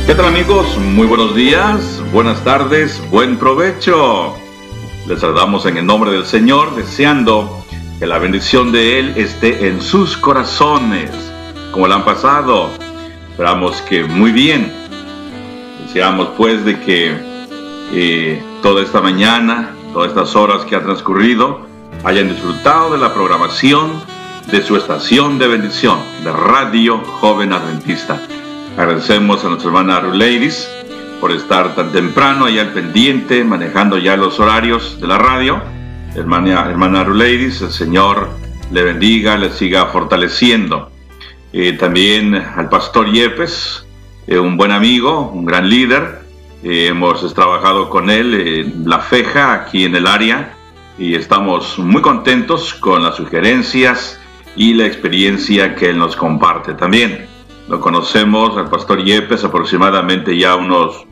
¿Qué tal, amigos? Muy buenos días, buenas tardes, buen provecho. Les saludamos en el nombre del Señor, deseando que la bendición de Él esté en sus corazones. ¿Cómo le han pasado? Esperamos que muy bien. Deseamos pues de que toda esta mañana, todas estas horas que han transcurrido, hayan disfrutado de la programación de su estación de bendición, de Radio Joven Adventista. Agradecemos a nuestra hermana Ruleiris por estar tan temprano ahí al pendiente, manejando ya los horarios de la radio. Hermana Ruleiris, el Señor le bendiga, le siga fortaleciendo. También al pastor Yepes, un buen amigo, un gran líder. Hemos trabajado con él en La Feja, aquí en el área, y estamos muy contentos con las sugerencias y la experiencia que él nos comparte también. Lo conocemos al pastor Yepes aproximadamente ya unos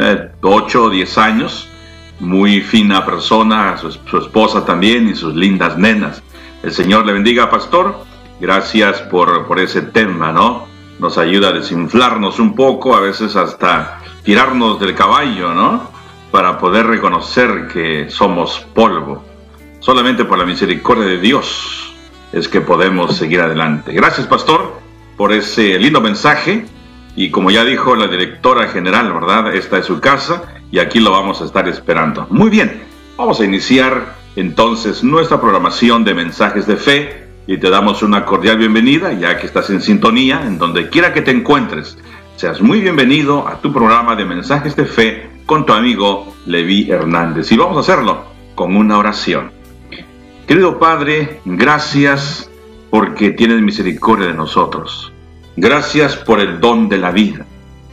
8 o 10 años. Muy fina persona, su esposa también y sus lindas nenas. El Señor le bendiga, pastor. Gracias por ese tema, ¿no? Nos ayuda a desinflarnos un poco, a veces hasta tirarnos del caballo, ¿no? Para poder reconocer que somos polvo. Solamente por la misericordia de Dios es que podemos seguir adelante. Gracias, pastor, por ese lindo mensaje. Y como ya dijo la directora general, ¿verdad? Esta es su casa y aquí lo vamos a estar esperando. Muy bien, vamos a iniciar entonces nuestra programación de mensajes de fe y te damos una cordial bienvenida, ya que estás en sintonía, en donde quiera que te encuentres. Seas muy bienvenido a tu programa de mensajes de fe con tu amigo Levi Hernández. Y vamos a hacerlo con una oración. Querido Padre, gracias porque tienes misericordia de nosotros. Gracias por el don de la vida.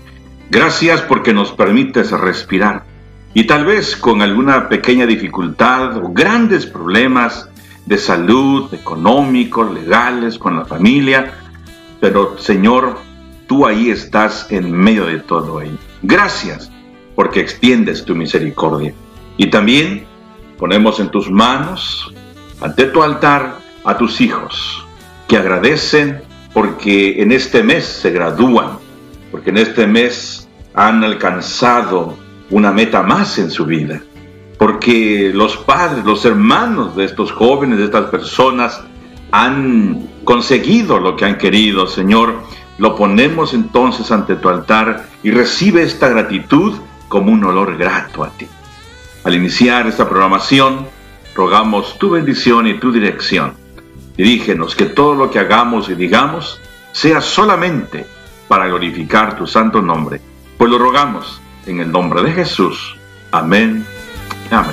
Gracias porque nos permites respirar. Y tal vez con alguna pequeña dificultad o grandes problemas de salud, económicos, legales, con la familia. Pero, Señor, tú ahí estás en medio de todo ello. Gracias porque extiendes tu misericordia. Y también ponemos en tus manos, ante tu altar, a tus hijos, que agradecen porque en este mes se gradúan, porque en este mes han alcanzado una meta más en su vida, porque los padres, los hermanos de estos jóvenes, de estas personas, han conseguido lo que han querido. Señor, lo ponemos entonces ante tu altar y recibe esta gratitud como un olor grato a ti. Al iniciar esta programación, rogamos tu bendición y tu dirección. Dirígenos que todo lo que hagamos y digamos sea solamente para glorificar tu santo nombre. Pues lo rogamos en el nombre de Jesús. Amén. Amén.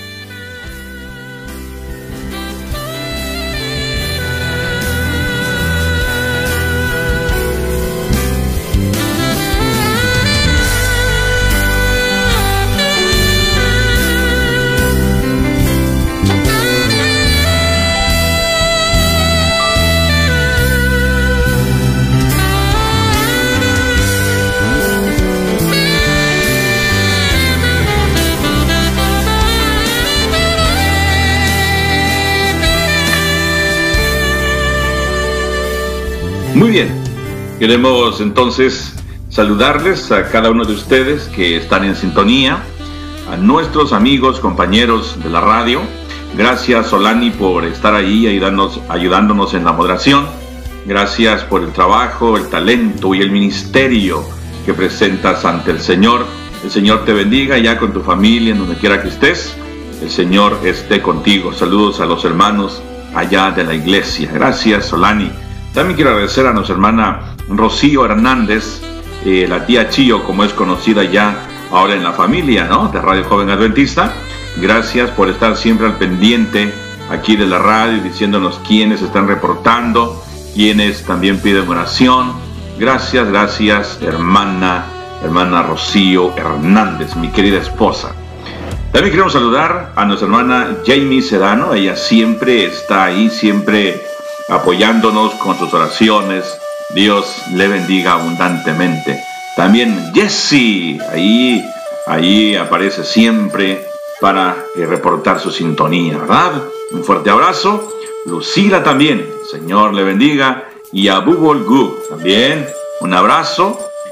Muy bien, queremos entonces saludarles a cada uno de ustedes que están en sintonía, a nuestros amigos, compañeros de la radio. Gracias, Solani, por estar ahí ayudándonos en la moderación. Gracias por el trabajo, el talento y el ministerio que presentas ante el Señor. El Señor te bendiga ya con tu familia, en donde quiera que estés. El Señor esté contigo. Saludos a los hermanos allá de la iglesia. Gracias, Solani. También quiero agradecer a nuestra hermana Rocío Hernández, la tía Chío, como es conocida ya ahora en la familia, ¿no?, de Radio Joven Adventista. Gracias por estar siempre al pendiente aquí de la radio, diciéndonos quiénes están reportando, quiénes también piden oración. Gracias, hermana Rocío Hernández, mi querida esposa. También queremos saludar a nuestra hermana Jamie Sedano. Ella siempre está ahí, siempre apoyándonos con sus oraciones. Dios le bendiga abundantemente. También Jessie, ahí aparece siempre para reportar su sintonía, ¿verdad? Un fuerte abrazo. Lucila también, Señor le bendiga. Y a Bubol Gu también, un abrazo.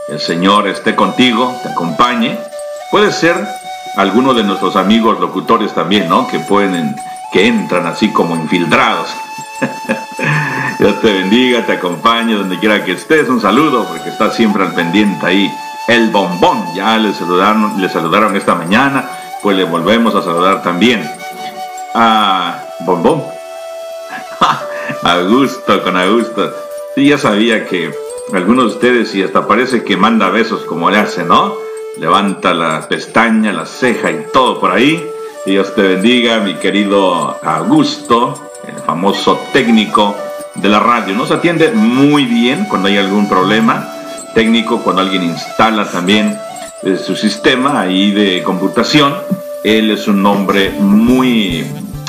el Señor esté contigo, te acompañe. Puede ser alguno de nuestros amigos locutores también, ¿no? Que entran así como infiltrados. Dios te bendiga, te acompañe donde quiera que estés. Un saludo, porque está siempre al pendiente ahí el Bombón. Ya le saludaron esta mañana, pues le volvemos a saludar también a Bombón. Augusto, con Augusto. Sí, ya sabía que algunos de ustedes, y hasta parece que manda besos como le hace, ¿no? Levanta la pestaña, la ceja y todo por ahí. Dios te bendiga, mi querido Augusto, el famoso técnico de la radio. Nos atiende muy bien cuando hay algún problema técnico, cuando alguien instala también su sistema ahí de computación. Él es un hombre muy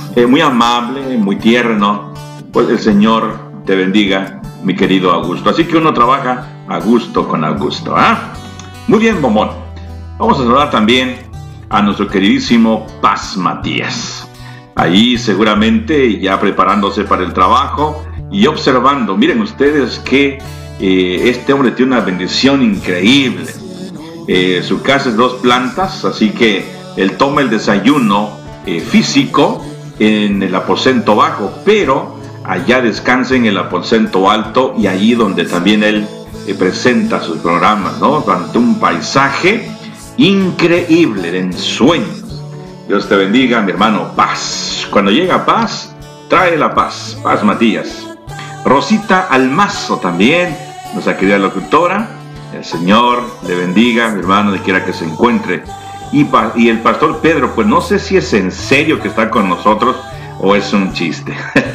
amable, muy tierno. Pues el Señor te bendiga, mi querido Augusto. Así que uno trabaja a gusto con Augusto, ¿ah? Muy bien, Bombón. Vamos a saludar también a nuestro queridísimo Paz Matías. Ahí seguramente ya preparándose para el trabajo y observando. Miren ustedes que este hombre tiene una bendición increíble. Su casa es 2 plantas, así que él toma el desayuno físico en el aposento bajo, pero allá descansa en el aposento alto, y allí donde también él presenta sus programas, ¿no? Ante un paisaje increíble de ensueños. Dios te bendiga, mi hermano Paz. Cuando llega Paz, trae la paz. Paz Matías. Rosita Almazo también, nuestra querida locutora. El Señor le bendiga, mi hermano, de quiera que se encuentre. Y el pastor Pedro, pues no sé si es en serio que está con nosotros o es un chiste.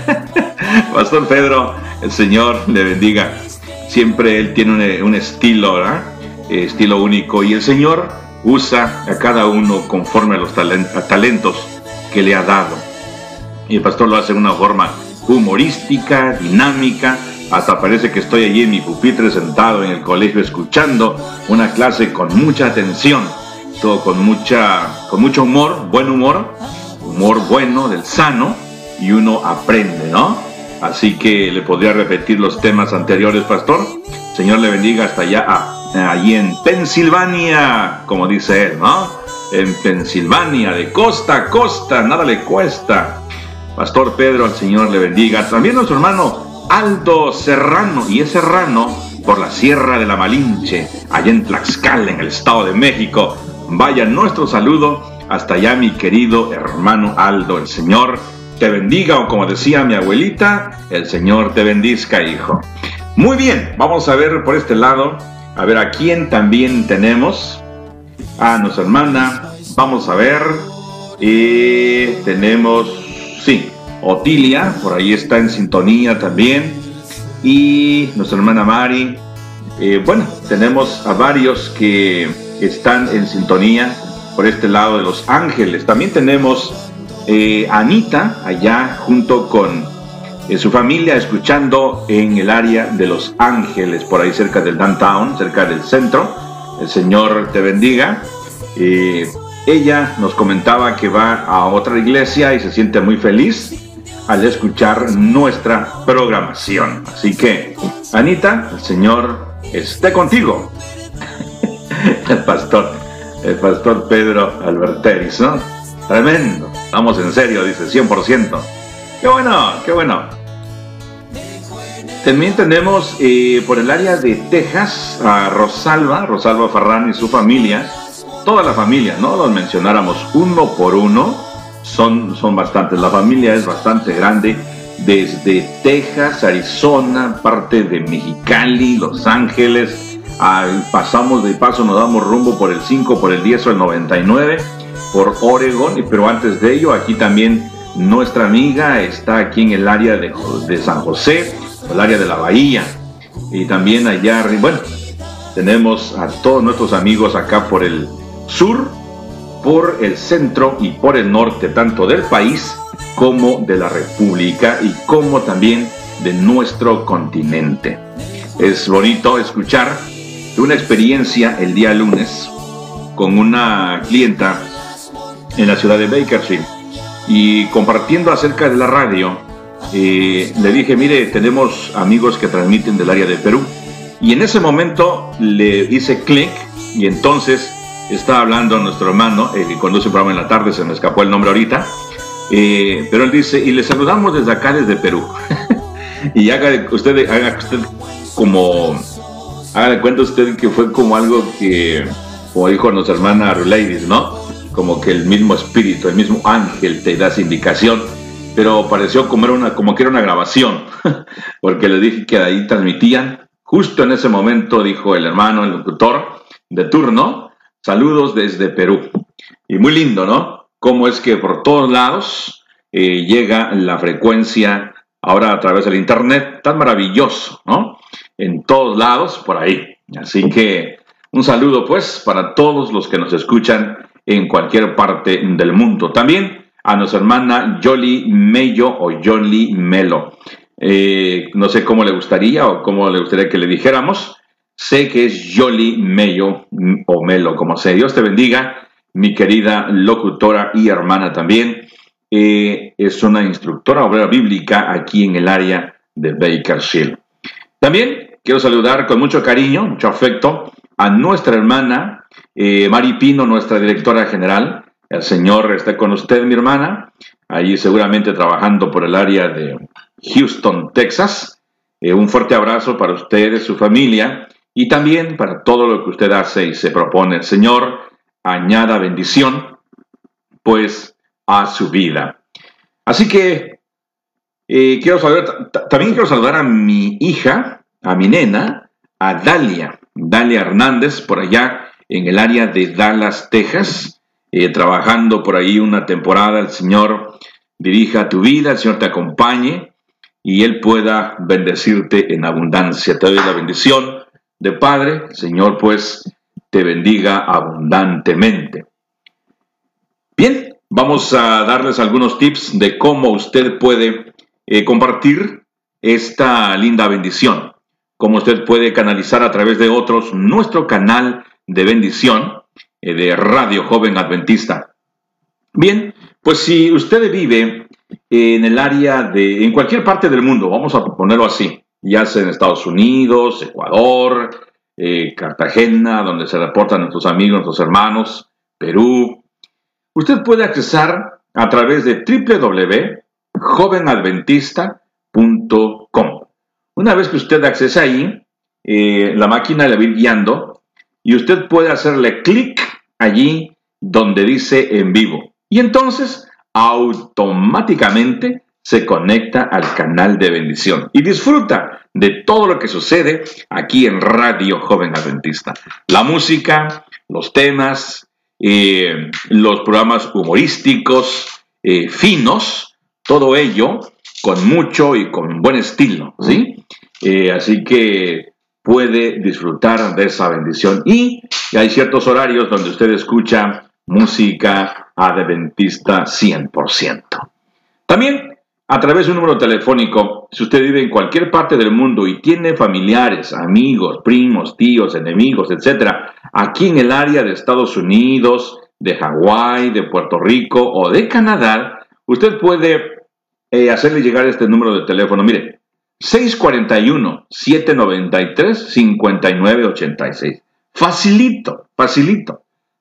Pastor Pedro, el Señor le bendiga. Siempre él tiene un estilo, ¿verdad? Estilo único, y el Señor usa a cada uno conforme a los talentos que le ha dado. Y el pastor lo hace de una forma humorística, dinámica. Hasta parece que estoy allí en mi pupitre sentado en el colegio escuchando una clase con mucha atención, todo con mucho humor, humor bueno, del sano, y uno aprende, ¿no? Así que le podría repetir los temas anteriores, pastor. Señor le bendiga hasta allá, allí en Pensilvania, como dice él, ¿no? En Pensilvania, de costa a costa, nada le cuesta. Pastor Pedro, al Señor le bendiga. También nuestro hermano Aldo Serrano, y es serrano por la Sierra de la Malinche, allá en Tlaxcala, en el Estado de México. Vaya nuestro saludo hasta allá, mi querido hermano Aldo. El Señor te bendiga, o como decía mi abuelita, el Señor te bendizca, hijo. Muy bien, vamos a ver por este lado, a ver a quién también tenemos. A nuestra hermana, vamos a ver, tenemos, sí, Otilia, por ahí está en sintonía también, y nuestra hermana Mari. Bueno, tenemos a varios que están en sintonía por este lado de Los Ángeles. También tenemos Anita allá junto con su familia, escuchando en el área de Los Ángeles, por ahí cerca del downtown, cerca del centro. El Señor te bendiga. Ella nos comentaba que va a otra iglesia y se siente muy feliz al escuchar nuestra programación. Así que, Anita, el Señor esté contigo. El pastor Pedro Alberteris, ¿no? Tremendo. Vamos en serio, dice, 100%. ¡Qué bueno, qué bueno! También tenemos por el área de Texas a Rosalba Farrán y su familia. Toda la familia, no los mencionáramos uno por uno, son bastantes. La familia es bastante grande, desde Texas, Arizona, parte de Mexicali, Los Ángeles. Pasamos de paso, nos damos rumbo por el 5, por el 10 o el 99, por Oregon. Pero antes de ello, aquí también nuestra amiga está aquí en el área de San José, el área de la Bahía, y también allá, bueno, tenemos a todos nuestros amigos acá por el sur, por el centro y por el norte, tanto del país como de la República, y como también de nuestro continente. Es bonito escuchar una experiencia el día lunes con una clienta en la ciudad de Bakersfield, y compartiendo acerca de la radio, le dije, mire, tenemos amigos que transmiten del área de Perú, Y en ese momento le hice clic y entonces estaba hablando nuestro hermano, que conduce un programa en la tarde, se me escapó el nombre ahorita, pero él dice, y le saludamos desde acá, desde Perú. Y haga de cuenta usted que fue como algo que, como dijo nuestra hermana Ruleidis, ¿no? Como que el mismo espíritu, el mismo ángel te da esa indicación, pero pareció como que era una grabación, porque le dije que ahí transmitían. Justo en ese momento dijo el hermano, el locutor de turno, saludos desde Perú. Y muy lindo, ¿no? Cómo es que por todos lados llega la frecuencia ahora a través del internet, tan maravilloso, ¿no? En todos lados, por ahí. Así que un saludo, pues, para todos los que nos escuchan en cualquier parte del mundo. También a nuestra hermana Yoli Mello o Yoli Melo. No sé cómo le gustaría o cómo le gustaría que le dijéramos. Sé que es Yoli Mello o Melo, como sea. Dios te bendiga, mi querida locutora y hermana también. Es una instructora obrera bíblica aquí en el área de Bakersfield. También quiero saludar con mucho cariño, mucho afecto a nuestra hermana Mari Pino, nuestra directora general. El Señor esté con usted, mi hermana, allí seguramente trabajando por el área de Houston, Texas. Un fuerte abrazo para usted, su familia, y también para todo lo que usted hace y se propone. El Señor añada bendición, pues, a su vida. Así que también quiero saludar a mi hija, a mi nena, a Dalia Hernández, por allá en el área de Dallas, Texas, trabajando por ahí una temporada. El Señor dirija tu vida, el Señor te acompañe y Él pueda bendecirte en abundancia. Te doy la bendición de Padre, el Señor pues te bendiga abundantemente. Bien, vamos a darles algunos tips de cómo usted puede compartir esta linda bendición, cómo usted puede canalizar a través de otros nuestro canal de bendición de Radio Joven Adventista. Bien, pues si usted vive en el área en cualquier parte del mundo, vamos a ponerlo así, ya sea en Estados Unidos, Ecuador, Cartagena, donde se reportan nuestros amigos, nuestros hermanos, Perú, usted puede accesar a través de www.jovenadventista.com. Una vez que usted accesa ahí, la máquina le va a ir guiando y usted puede hacerle clic allí donde dice en vivo. Y entonces automáticamente se conecta al canal de bendición y disfruta de todo lo que sucede aquí en Radio Joven Adventista. La música, los temas, los programas humorísticos, finos, todo ello con mucho y con buen estilo, ¿sí? Así que puede disfrutar de esa bendición. Y hay ciertos horarios donde usted escucha música adventista 100%. También a través de un número telefónico, si usted vive en cualquier parte del mundo y tiene familiares, amigos, primos, tíos, enemigos, etcétera, aquí en el área de Estados Unidos, de Hawái, de Puerto Rico o de Canadá, usted puede hacerle llegar este número de teléfono. Mire, 641-793-5986. Facilito, facilito.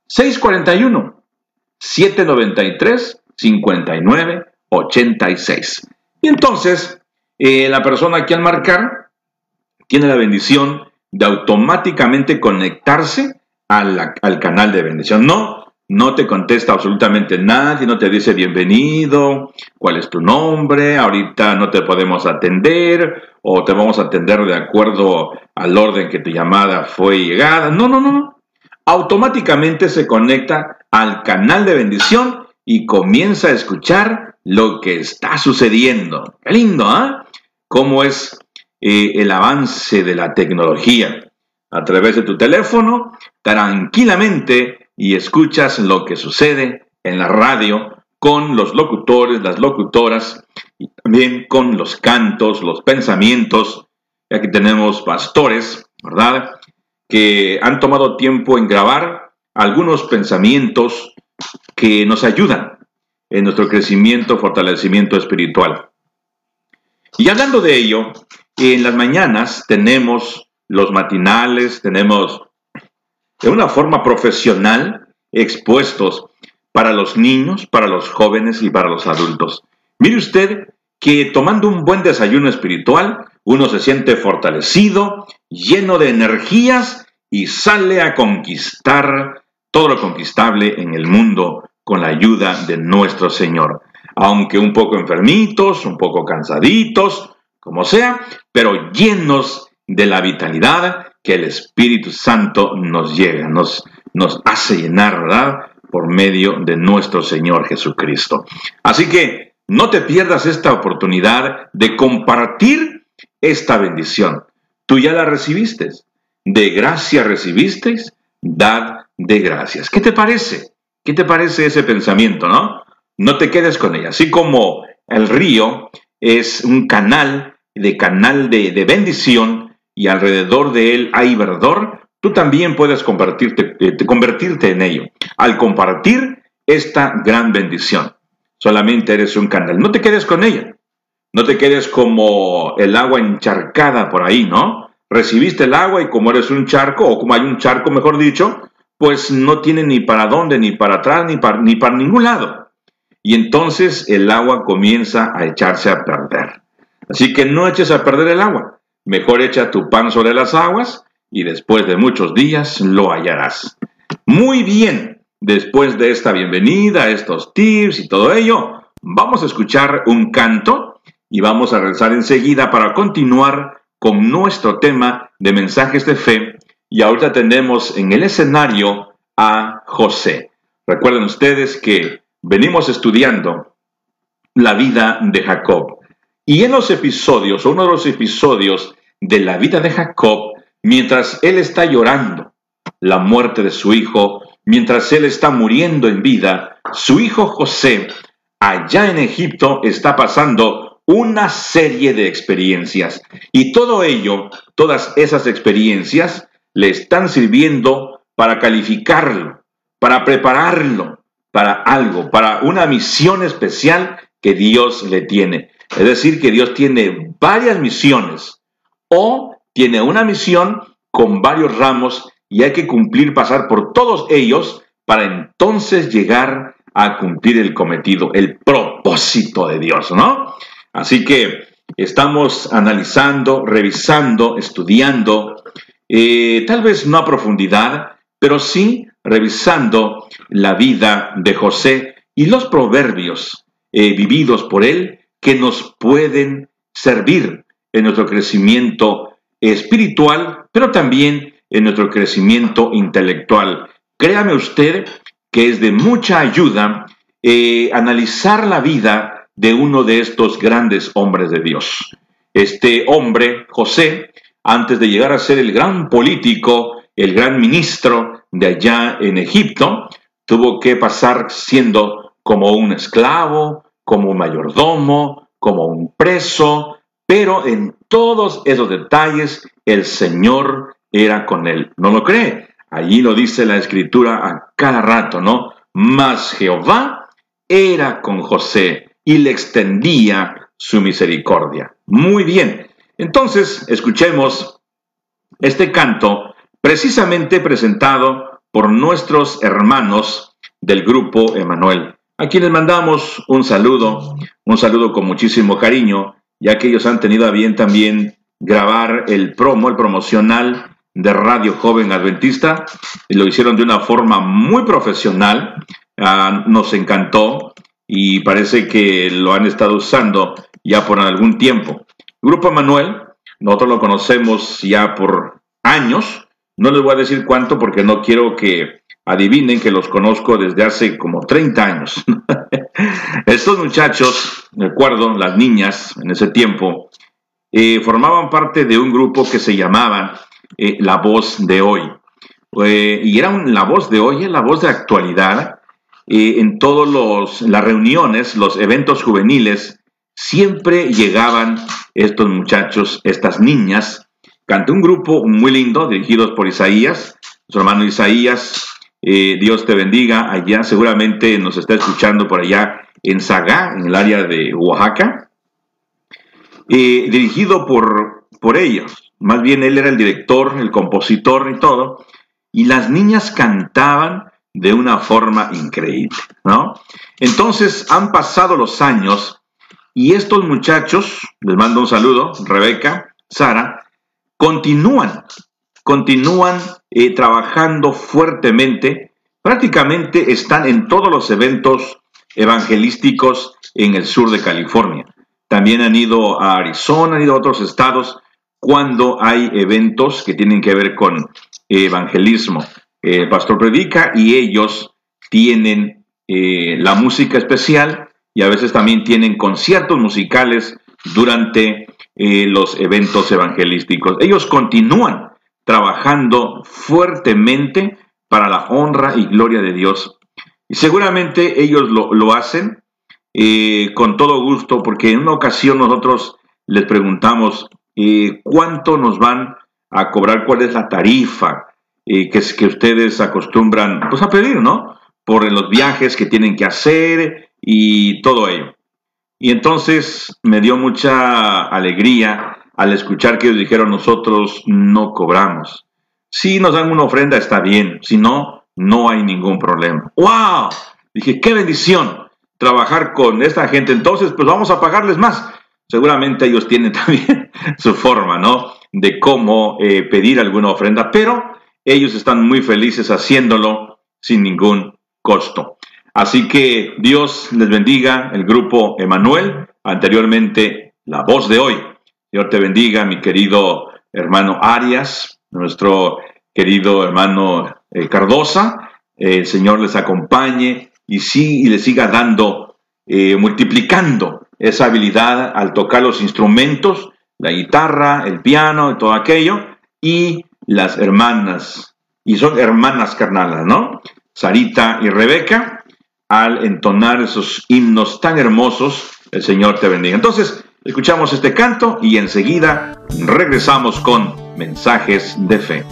641-793-5986. Y entonces, la persona que al marcar tiene la bendición de automáticamente conectarse al canal de bendición. No te contesta absolutamente nadie, no te dice bienvenido, cuál es tu nombre, ahorita no te podemos atender o te vamos a atender de acuerdo al orden que tu llamada fue llegada. No. Automáticamente se conecta al canal de bendición y comienza a escuchar lo que está sucediendo. ¡Qué lindo!, ¿ah? Cómo es el avance de la tecnología. A través de tu teléfono, tranquilamente, y escuchas lo que sucede en la radio con los locutores, las locutoras, y también con los cantos, los pensamientos. Aquí tenemos pastores, ¿verdad?, que han tomado tiempo en grabar algunos pensamientos que nos ayudan en nuestro crecimiento, fortalecimiento espiritual. Y hablando de ello, en las mañanas tenemos los matinales, tenemos de una forma profesional expuestos para los niños, para los jóvenes y para los adultos. Mire usted que tomando un buen desayuno espiritual, uno se siente fortalecido, lleno de energías y sale a conquistar todo lo conquistable en el mundo con la ayuda de nuestro Señor. Aunque un poco enfermitos, un poco cansaditos, como sea, pero llenos de la vitalidad que el Espíritu Santo nos llega, nos hace llenar, ¿verdad?, por medio de nuestro Señor Jesucristo. Así que no te pierdas esta oportunidad de compartir esta bendición. Tú ya la recibiste. De gracia recibisteis, dad de gracias. ¿Qué te parece? ¿Qué te parece ese pensamiento, no? No te quedes con ella. Así como el río es un canal de bendición y alrededor de él hay verdor, tú también puedes convertirte en ello. Al compartir esta gran bendición, solamente eres un canal. No te quedes con ella. No te quedes como el agua encharcada por ahí, ¿no? Recibiste el agua y como eres un charco, o como hay un charco, mejor dicho, pues no tiene ni para dónde, ni para atrás, ni para ningún lado. Y entonces el agua comienza a echarse a perder. Así que no eches a perder el agua. Mejor echa tu pan sobre las aguas y después de muchos días lo hallarás. Muy bien, después de esta bienvenida, estos tips y todo ello, vamos a escuchar un canto y vamos a regresar enseguida para continuar con nuestro tema de mensajes de fe. Y ahorita tenemos en el escenario a José. Recuerden ustedes que venimos estudiando la vida de Jacob. Y en los episodios, uno de los episodios de la vida de Jacob, mientras él está llorando la muerte de su hijo, mientras él está muriendo en vida, su hijo José, allá en Egipto, está pasando una serie de experiencias. Y todo ello, todas esas experiencias, le están sirviendo para calificarlo, para prepararlo para algo, para una misión especial que Dios le tiene. Es decir, que Dios tiene varias misiones o tiene una misión con varios ramos y hay que pasar por todos ellos para entonces llegar a cumplir el cometido, el propósito de Dios, ¿no? Así que estamos analizando, revisando, estudiando, tal vez no a profundidad, pero sí revisando la vida de José y los proverbios vividos por él que nos pueden servir en nuestro crecimiento espiritual, pero también en nuestro crecimiento intelectual. Créame usted que es de mucha ayuda analizar la vida de uno de estos grandes hombres de Dios. Este hombre, José, antes de llegar a ser el gran político, el gran ministro de allá en Egipto, tuvo que pasar siendo como un esclavo, como un mayordomo, como un preso, pero en todos esos detalles el Señor era con él. ¿No lo cree? Allí lo dice la Escritura a cada rato, ¿no? Mas Jehová era con José y le extendía su misericordia. Muy bien. Entonces, escuchemos este canto precisamente presentado por nuestros hermanos del grupo Emanuel, a quienes mandamos un saludo con muchísimo cariño, ya que ellos han tenido a bien también grabar el promocional de Radio Joven Adventista, y lo hicieron de una forma muy profesional. Nos encantó y parece que lo han estado usando ya por algún tiempo. Grupo Emanuel, nosotros lo conocemos ya por años, no les voy a decir cuánto porque no quiero que adivinen que los conozco desde hace como 30 años. Estos muchachos, recuerdo, las niñas en ese tiempo, formaban parte de un grupo que se llamaba La Voz de Hoy. Y era la voz de hoy, la voz de actualidad. En todas las reuniones, los eventos juveniles, siempre llegaban estos muchachos, estas niñas. Canté un grupo muy lindo, dirigidos por Isaías, su hermano Isaías. Dios te bendiga allá, seguramente nos está escuchando por allá en Sagá, en el área de Oaxaca. Dirigido por ellos, más bien él era el director, el compositor y todo, y las niñas cantaban de una forma increíble, ¿no? Entonces han pasado los años y estos muchachos, les mando un saludo, Rebeca, Sara, continúan trabajando fuertemente, prácticamente están en todos los eventos evangelísticos en el sur de California. También han ido a Arizona, han ido a otros estados cuando hay eventos que tienen que ver con evangelismo. El pastor predica y ellos tienen la música especial y a veces también tienen conciertos musicales durante los eventos evangelísticos. Ellos continúan trabajando fuertemente para la honra y gloria de Dios. Y seguramente ellos lo hacen con todo gusto, porque en una ocasión nosotros les preguntamos cuánto nos van a cobrar, cuál es la tarifa que ustedes acostumbran pues a pedir, ¿no? Por los viajes que tienen que hacer y todo ello. Y entonces me dio mucha alegría al escuchar que ellos dijeron: nosotros no cobramos. Si nos dan una ofrenda está bien, si no, no hay ningún problema. ¡Wow! Dije, qué bendición trabajar con esta gente, entonces pues vamos a pagarles más. Seguramente ellos tienen también su forma, ¿no? De cómo pedir alguna ofrenda, pero ellos están muy felices haciéndolo sin ningún costo. Así que Dios les bendiga, el grupo Emanuel, anteriormente La Voz de Hoy. Dios te bendiga, mi querido hermano Arias, nuestro querido hermano Cardosa. El Señor les acompañe y les siga dando, multiplicando esa habilidad al tocar los instrumentos, la guitarra, el piano y todo aquello. Y las hermanas, y son hermanas carnalas, ¿no? Sarita y Rebeca, al entonar esos himnos tan hermosos, el Señor te bendiga. Entonces, escuchamos este canto y enseguida regresamos con mensajes de fe.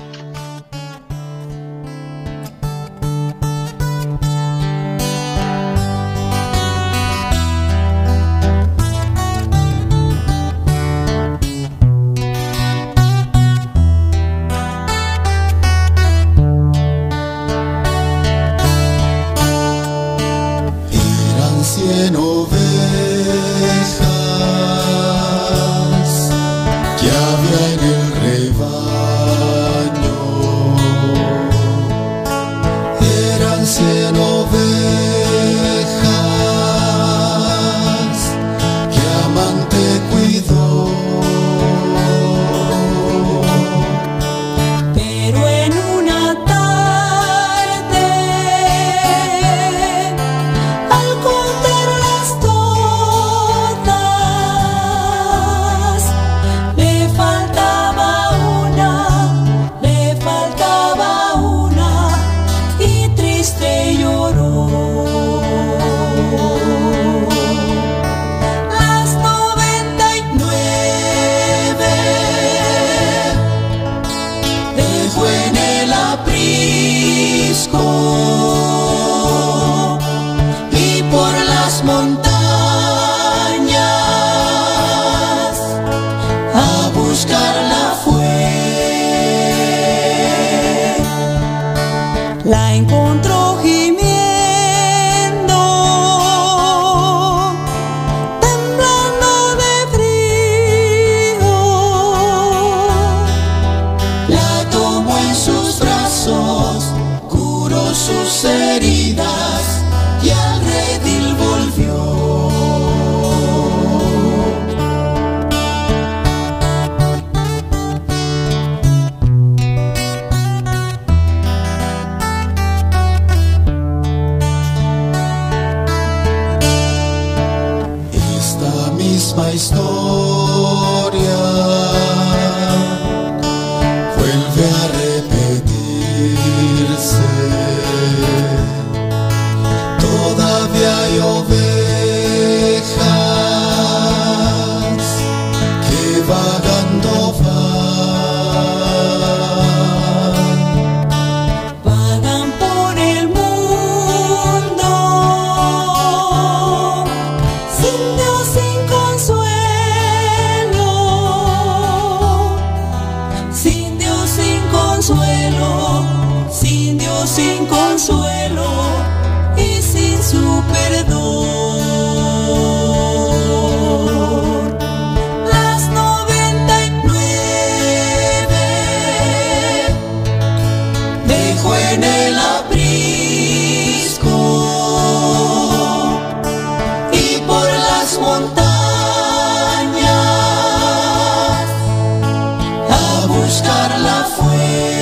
La encontró gimiendo, temblando de frío. La tomó en sus brazos, curó sus heridas y al redil volvió. Misma historia vuelve a repetirse. Todavía hay ovejas que vagando vagan por el mundo sin Dios, sin consuelo. consuelo y sin su perdón. Las 99 dejó en el aprisco y por las montañas a buscarla fue.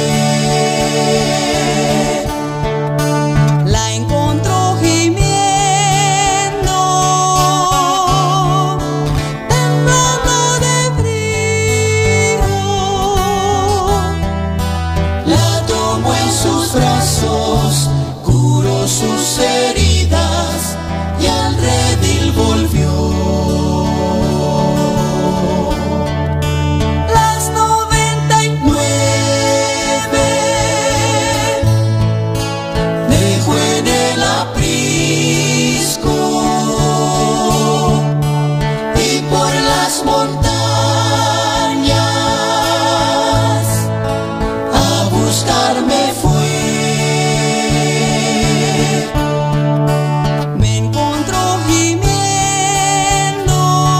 La encontró gimiendo, temblando de frío. La tomó en sus brazos, curó sus heridas y al redil volvió. Las 99 dejó en el aprisco y por las montañas a buscarme fue. Me encontró gimiendo,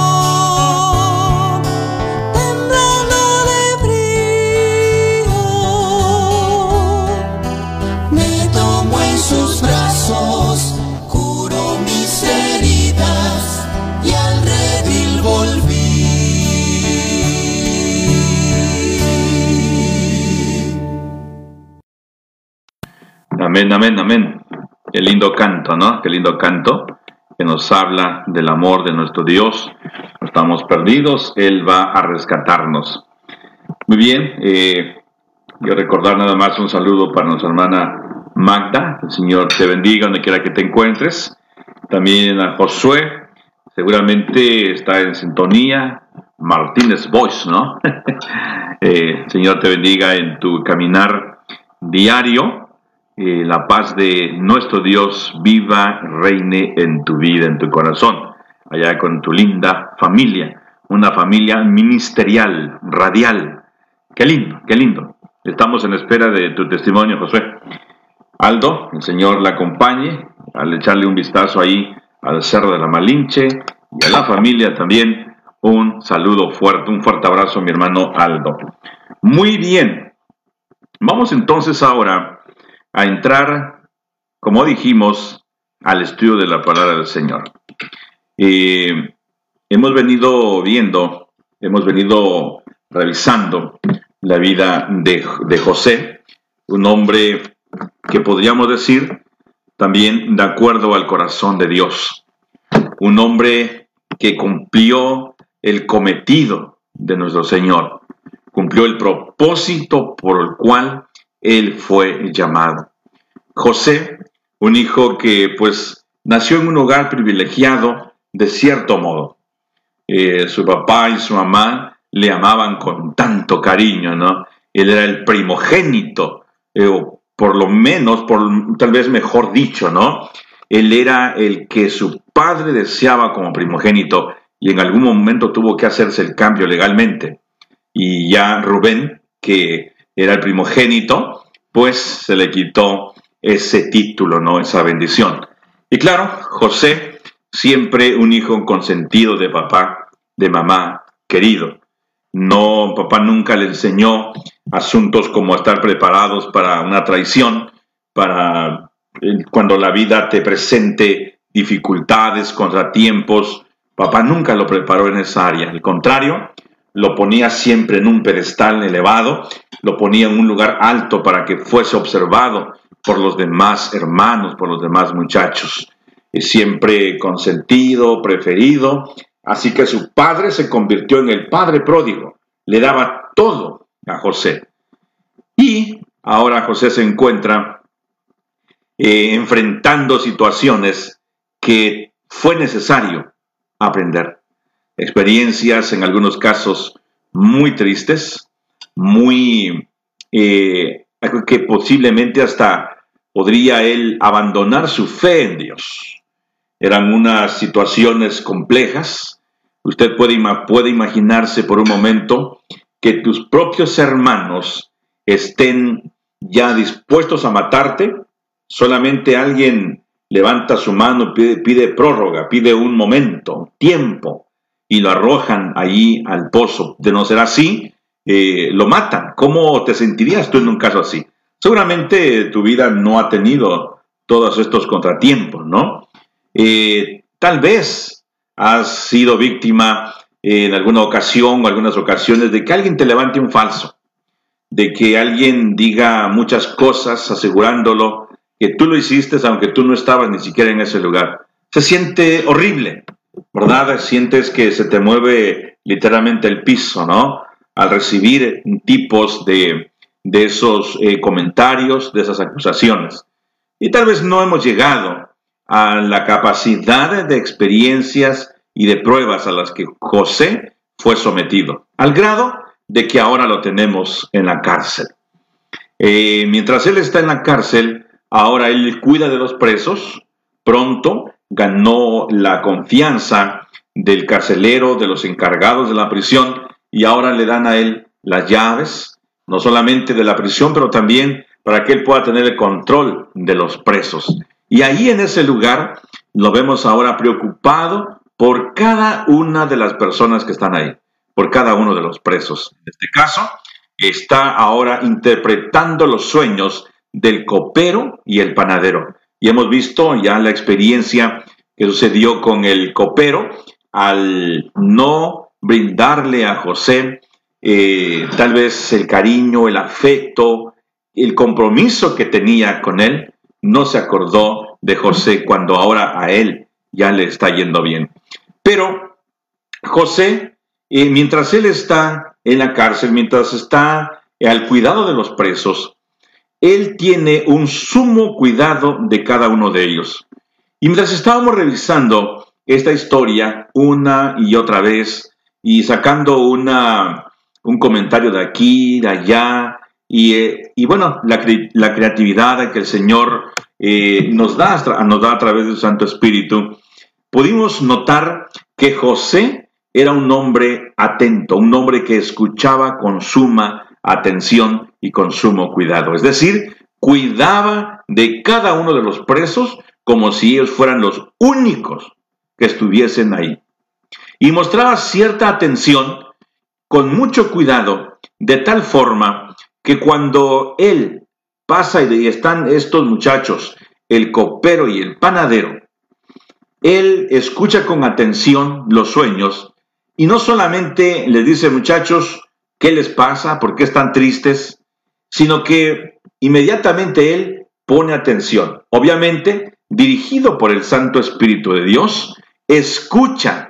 temblando de frío. Me tomó en sus brazos, curó mis heridas y al redil volví. Amén, amén, amén. Qué lindo canto, ¿no? Qué lindo canto que nos habla del amor de nuestro Dios. No estamos perdidos, Él va a rescatarnos. Muy bien, yo recordar nada más un saludo para nuestra hermana Magda. El Señor te bendiga donde quiera que te encuentres. También a Josué, seguramente está en sintonía. Martínez Voice, ¿no? Señor te bendiga en tu caminar diario. La paz de nuestro Dios viva, reine en tu vida, en tu corazón, allá con tu linda familia, una familia ministerial, radial. Qué lindo, qué lindo. Estamos en espera de tu testimonio, Josué. Aldo, el Señor la acompañe al echarle un vistazo ahí al Cerro de la Malinche y a la familia también. Un saludo fuerte, un fuerte abrazo, mi hermano Aldo. Muy bien, vamos entonces ahora a entrar, como dijimos, al estudio de la palabra del Señor. Hemos venido viendo, hemos venido revisando la vida de José, un hombre que podríamos decir también de acuerdo al corazón de Dios, un hombre que cumplió el cometido de nuestro Señor, cumplió el propósito por el cual Él fue llamado. José, un hijo que pues nació en un hogar privilegiado de cierto modo. Su papá y su mamá le amaban con tanto cariño, ¿no? Él era el primogénito, o por lo menos, tal vez mejor dicho, ¿no? Él era el que su padre deseaba como primogénito y en algún momento tuvo que hacerse el cambio legalmente. Y ya Rubén, que era el primogénito, pues se le quitó ese título, ¿no? Esa bendición. Y claro, José, siempre un hijo consentido de papá, de mamá, querido. No, papá nunca le enseñó asuntos como estar preparados para una traición, para cuando la vida te presente dificultades, contratiempos. Papá nunca lo preparó en esa área. Al contrario, lo ponía siempre en un pedestal elevado, lo ponía en un lugar alto para que fuese observado por los demás hermanos, por los demás muchachos. Siempre consentido, preferido. Así que su padre se convirtió en el padre pródigo. Le daba todo a José. Y ahora José se encuentra enfrentando situaciones que fue necesario aprender. Experiencias en algunos casos muy tristes, muy que posiblemente hasta podría él abandonar su fe en Dios. Eran unas situaciones complejas. Usted puede imaginarse por un momento que tus propios hermanos estén ya dispuestos a matarte solamente alguien levanta su mano, pide prórroga, pide un momento, tiempo, y lo arrojan allí al pozo. De no ser así, lo matan. ¿Cómo te sentirías tú en un caso así? Seguramente tu vida no ha tenido todos estos contratiempos, ¿no? Tal vez has sido víctima en alguna ocasión o algunas ocasiones de que alguien te levante un falso, de que alguien diga muchas cosas asegurándolo que tú lo hiciste aunque tú no estabas ni siquiera en ese lugar. Se siente horrible, ¿verdad? Sientes que se te mueve literalmente el piso, ¿no? Al recibir tipos de esos comentarios, de esas acusaciones. Y tal vez no hemos llegado a la capacidad de experiencias y de pruebas a las que José fue sometido, al grado de que ahora lo tenemos en la cárcel. Mientras él está en la cárcel, ahora él cuida de los presos. Pronto ganó la confianza del carcelero, de los encargados de la prisión, y ahora le dan a él las llaves, no solamente de la prisión, pero también para que él pueda tener el control de los presos. Y ahí en ese lugar lo vemos ahora preocupado por cada una de las personas que están ahí, por cada uno de los presos. En este caso, está ahora interpretando los sueños del copero y el panadero. Y hemos visto ya la experiencia que sucedió con el copero al no brindarle a José tal vez el cariño, el afecto, el compromiso que tenía con él. No se acordó de José cuando ahora a él ya le está yendo bien. Pero José, mientras él está en la cárcel, mientras está al cuidado de los presos, él tiene un sumo cuidado de cada uno de ellos. Y mientras estábamos revisando esta historia una y otra vez y sacando un comentario de aquí, de allá, y bueno, la creatividad que el Señor nos da a través de su Santo Espíritu, pudimos notar que José era un hombre atento, un hombre que escuchaba con suma atención y con sumo cuidado. Es decir, cuidaba de cada uno de los presos como si ellos fueran los únicos que estuviesen ahí. Y mostraba cierta atención con mucho cuidado, de tal forma que cuando él pasa y están estos muchachos, el copero y el panadero, él escucha con atención los sueños y no solamente les dice, muchachos, ¿qué les pasa? ¿Por qué están tristes? Sino que inmediatamente él pone atención. Obviamente, dirigido por el Santo Espíritu de Dios, escucha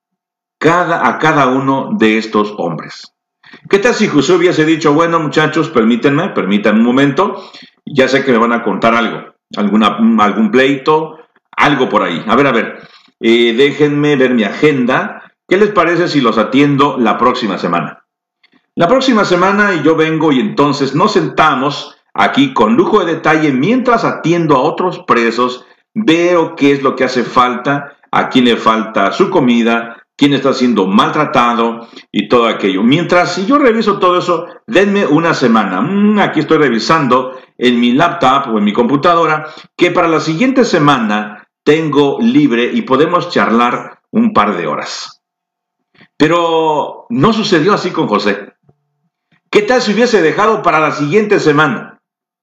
a cada uno de estos hombres. ¿Qué tal si José hubiese dicho, bueno, muchachos, permítanme un momento, ya sé que me van a contar algo, algún pleito, algo por ahí. A ver, déjenme ver mi agenda. ¿Qué les parece si los atiendo la próxima semana? La próxima semana y yo vengo y entonces nos sentamos aquí con lujo de detalle mientras atiendo a otros presos, veo qué es lo que hace falta, a quién le falta su comida, quién está siendo maltratado y todo aquello. Mientras si yo reviso todo eso, denme una semana. Aquí estoy revisando en mi laptop o en mi computadora que para la siguiente semana tengo libre y podemos charlar un par de horas. Pero no sucedió así con José. ¿Qué tal si hubiese dejado para la siguiente semana?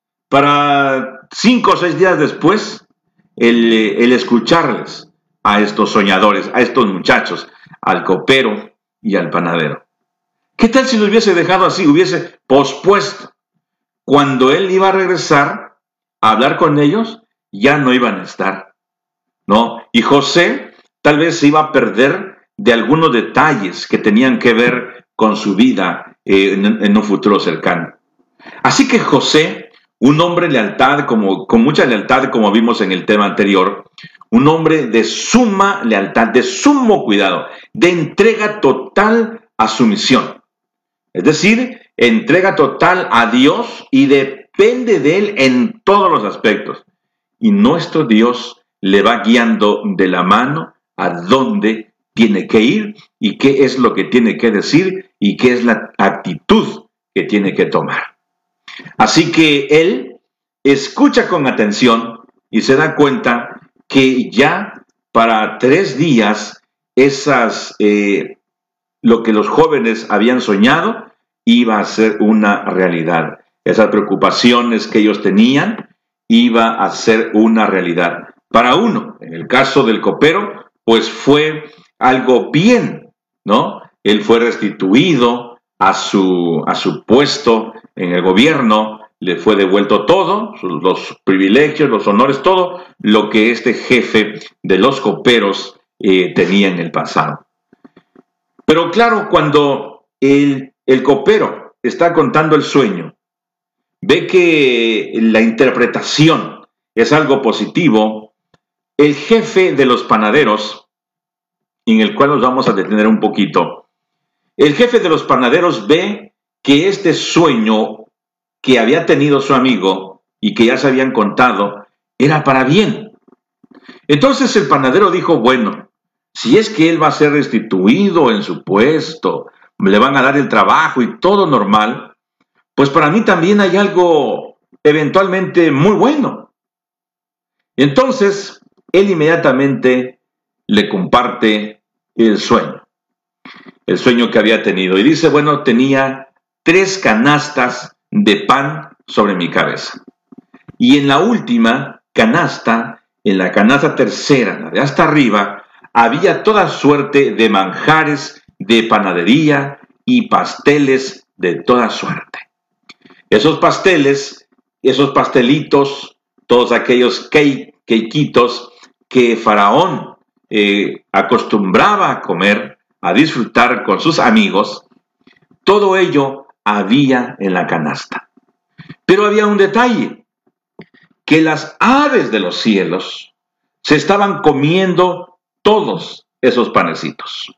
Para 5 o 6 días después, el escucharles a estos soñadores, a estos muchachos, al copero y al panadero. ¿Qué tal si lo hubiese dejado así, hubiese pospuesto? Cuando él iba a regresar a hablar con ellos, ya no iban a estar, ¿no? Y José tal vez se iba a perder de algunos detalles que tenían que ver con su vida en un futuro cercano. Así que José, un hombre con mucha lealtad, como vimos en el tema anterior, un hombre de suma lealtad, de sumo cuidado, de entrega total a su misión. Es decir, entrega total a Dios y depende de Él en todos los aspectos. Y nuestro Dios le va guiando de la mano a dónde tiene que ir y qué es lo que tiene que decir y qué es la actitud que tiene que tomar. Así que Él escucha con atención y se da cuenta que ya para 3 días lo que los jóvenes habían soñado iba a ser una realidad. Esas preocupaciones que ellos tenían iba a ser una realidad. Para uno, en el caso del copero, pues fue algo bien, ¿no? Él fue restituido a su puesto en el gobierno, le fue devuelto todo, los privilegios, los honores, todo lo que este jefe de los coperos tenía en el pasado. Pero claro, cuando el copero está contando el sueño, ve que la interpretación es algo positivo, el jefe de los panaderos, en el cual nos vamos a detener un poquito, el jefe de los panaderos ve que este sueño que había tenido su amigo y que ya se habían contado era para bien. Entonces el panadero dijo, bueno, si es que él va a ser restituido en su puesto, le van a dar el trabajo y todo normal, pues para mí también hay algo eventualmente muy bueno. Entonces, él inmediatamente le comparte el sueño que había tenido. Y dice, bueno, tenía 3 canastas de pan sobre mi cabeza. Y en la última canasta, en la canasta tercera, la de hasta arriba, había toda suerte de manjares de panadería y pasteles de toda suerte. Esos pasteles, esos pastelitos, todos aquellos queiquitos que Faraón acostumbraba a comer, a disfrutar con sus amigos, todo ello había en la canasta. Pero había un detalle, que las aves de los cielos se estaban comiendo todos esos panecitos.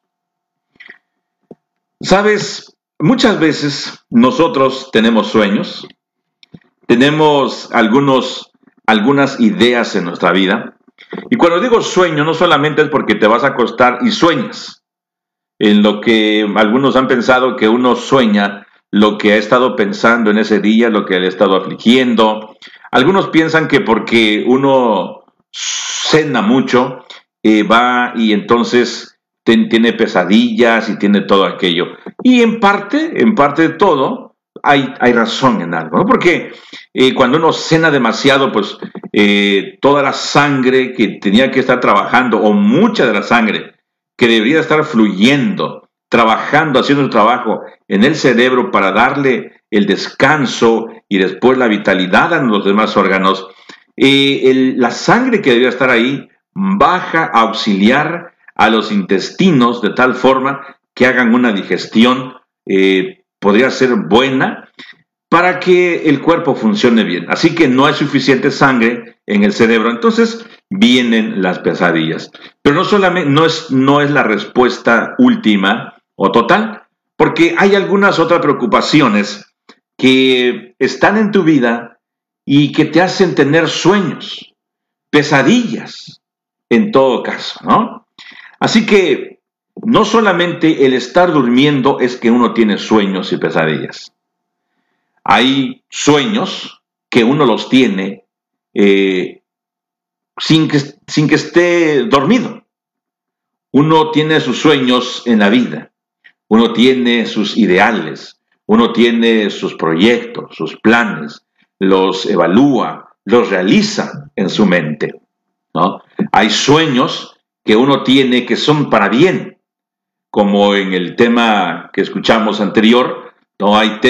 ¿Sabes? Muchas veces nosotros tenemos sueños, tenemos algunas ideas en nuestra vida, y cuando digo sueño no solamente es porque te vas a acostar y sueñas, en lo que algunos han pensado que uno sueña lo que ha estado pensando en ese día, lo que le ha estado afligiendo. Algunos piensan que porque uno cena mucho, va y entonces tiene pesadillas y tiene todo aquello. Y en parte de todo, hay razón en algo, ¿no? Porque cuando uno cena demasiado, pues toda la sangre que tenía que estar trabajando, o mucha de la sangre que debería estar fluyendo, trabajando, haciendo el trabajo en el cerebro para darle el descanso y después la vitalidad a los demás órganos, la sangre que debería estar ahí baja a auxiliar a los intestinos de tal forma que hagan una digestión, podría ser buena, para que el cuerpo funcione bien. Así que no hay suficiente sangre en el cerebro, entonces vienen las pesadillas. Pero no solamente, no es la respuesta última o total, porque hay algunas otras preocupaciones que están en tu vida y que te hacen tener sueños, pesadillas, en todo caso, ¿no? Así que no solamente el estar durmiendo es que uno tiene sueños y pesadillas. Hay sueños que uno los tiene sin que esté dormido. Uno tiene sus sueños en la vida, uno tiene sus ideales, uno tiene sus proyectos, sus planes, los evalúa, los realiza en su mente, ¿no? Hay sueños que uno tiene que son para bien, como en el tema que escuchamos anterior, ¿no? Hay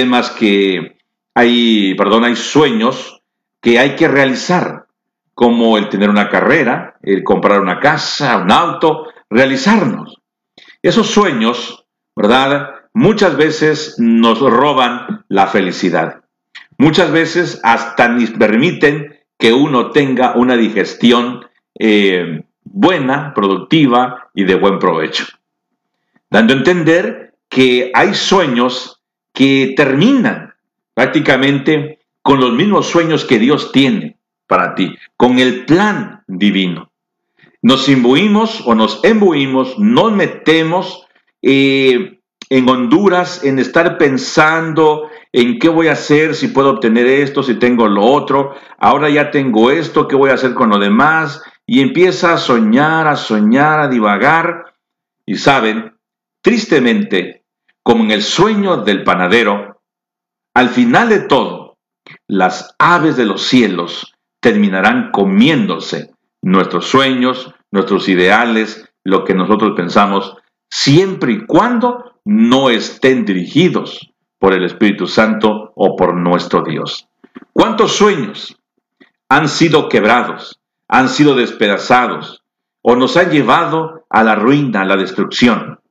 sueños que hay que realizar, como el tener una carrera, el comprar una casa, un auto, realizarnos. Esos sueños, ¿verdad? Muchas veces nos roban la felicidad. Muchas veces hasta ni permiten que uno tenga una digestión buena, productiva y de buen provecho. Dando a entender que hay sueños que terminan prácticamente con los mismos sueños que Dios tiene para ti, con el plan divino. Nos imbuimos o nos embuimos, nos metemos en Honduras, en estar pensando en qué voy a hacer, si puedo obtener esto, si tengo lo otro, ahora ya tengo esto, ¿qué voy a hacer con lo demás? Y empieza a soñar, a divagar. Y saben, tristemente, como en el sueño del panadero, al final de todo, las aves de los cielos terminarán comiéndose nuestros sueños, nuestros ideales, lo que nosotros pensamos, siempre y cuando no estén dirigidos por el Espíritu Santo o por nuestro Dios. ¿Cuántos sueños han sido quebrados, han sido despedazados o nos han llevado a la ruina, a la destrucción?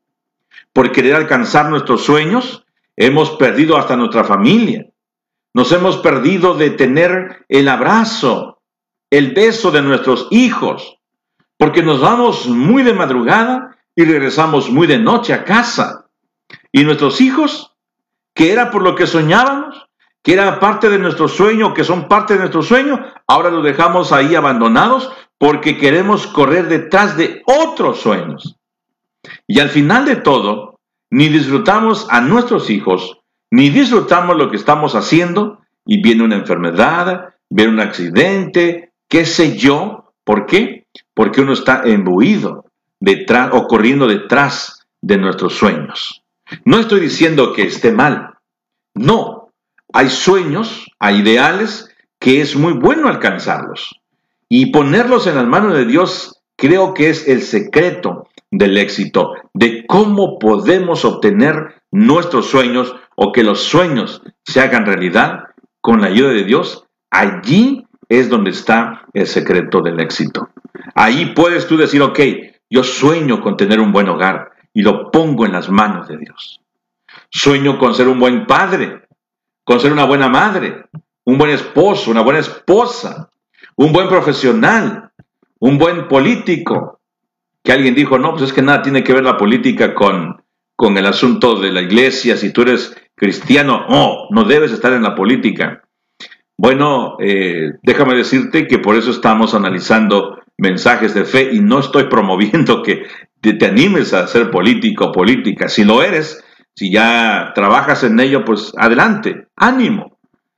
Por querer alcanzar nuestros sueños, hemos perdido hasta nuestra familia. Nos hemos perdido de tener el abrazo, el beso de nuestros hijos, porque nos vamos muy de madrugada y regresamos muy de noche a casa. Y nuestros hijos, que era por lo que soñábamos, que era parte de nuestro sueño, que son parte de nuestro sueño, ahora los dejamos ahí abandonados porque queremos correr detrás de otros sueños. Y al final de todo, ni disfrutamos a nuestros hijos, ni disfrutamos lo que estamos haciendo, y viene una enfermedad, viene un accidente, qué sé yo. ¿Por qué? Porque uno está imbuido detrás o corriendo detrás de nuestros sueños. No estoy diciendo que esté mal. No, hay sueños, hay ideales que es muy bueno alcanzarlos. Y ponerlos en las manos de Dios creo que es el secreto del éxito, de cómo podemos obtener nuestros sueños o que los sueños se hagan realidad con la ayuda de Dios. Allí es donde está el secreto del éxito. Ahí puedes tú decir, ok, yo sueño con tener un buen hogar y lo pongo en las manos de Dios. Sueño con ser un buen padre, con ser una buena madre, un buen esposo, una buena esposa, un buen profesional, un buen político. Que alguien dijo, no, pues es que nada tiene que ver la política con el asunto de la iglesia. Si tú eres cristiano, no debes estar en la política. Bueno, déjame decirte que por eso estamos analizando mensajes de fe y no estoy promoviendo que te animes a ser político o política. Si lo eres, si ya trabajas en ello, pues adelante, ánimo.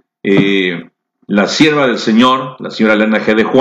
La sierva del Señor, la señora Elena G. de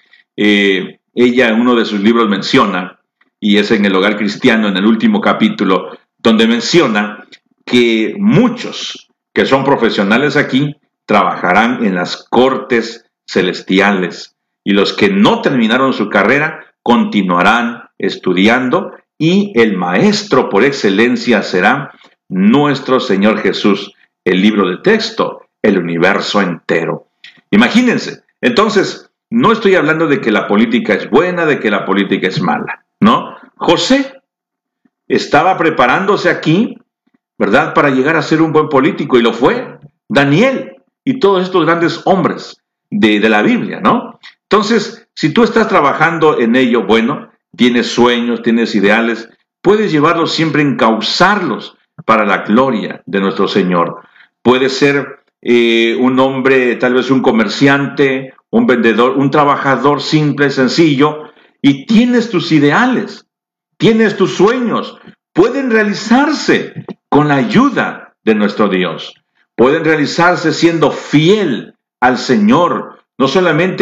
White, ella en uno de sus libros menciona, y es en El Hogar Cristiano, en el último capítulo, donde menciona que muchos que son profesionales aquí trabajarán en las cortes celestiales y los que no terminaron su carrera continuarán estudiando y el maestro por excelencia será nuestro Señor Jesús, el libro de texto, el universo entero. Imagínense, entonces, no estoy hablando de que la política es buena, de que la política es mala, ¿no? José estaba preparándose aquí, ¿verdad?, para llegar a ser un buen político, y lo fue. Daniel y todos estos grandes hombres de la Biblia, ¿no? Entonces, si tú estás trabajando en ello, bueno, tienes sueños, tienes ideales, puedes llevarlos siempre, encauzarlos para la gloria de nuestro Señor. Puedes ser un hombre, tal vez un comerciante, un vendedor, un trabajador simple, sencillo, y tienes tus ideales, tienes tus sueños, pueden realizarse con la ayuda de nuestro Dios, pueden realizarse siendo fiel al Señor, no solamente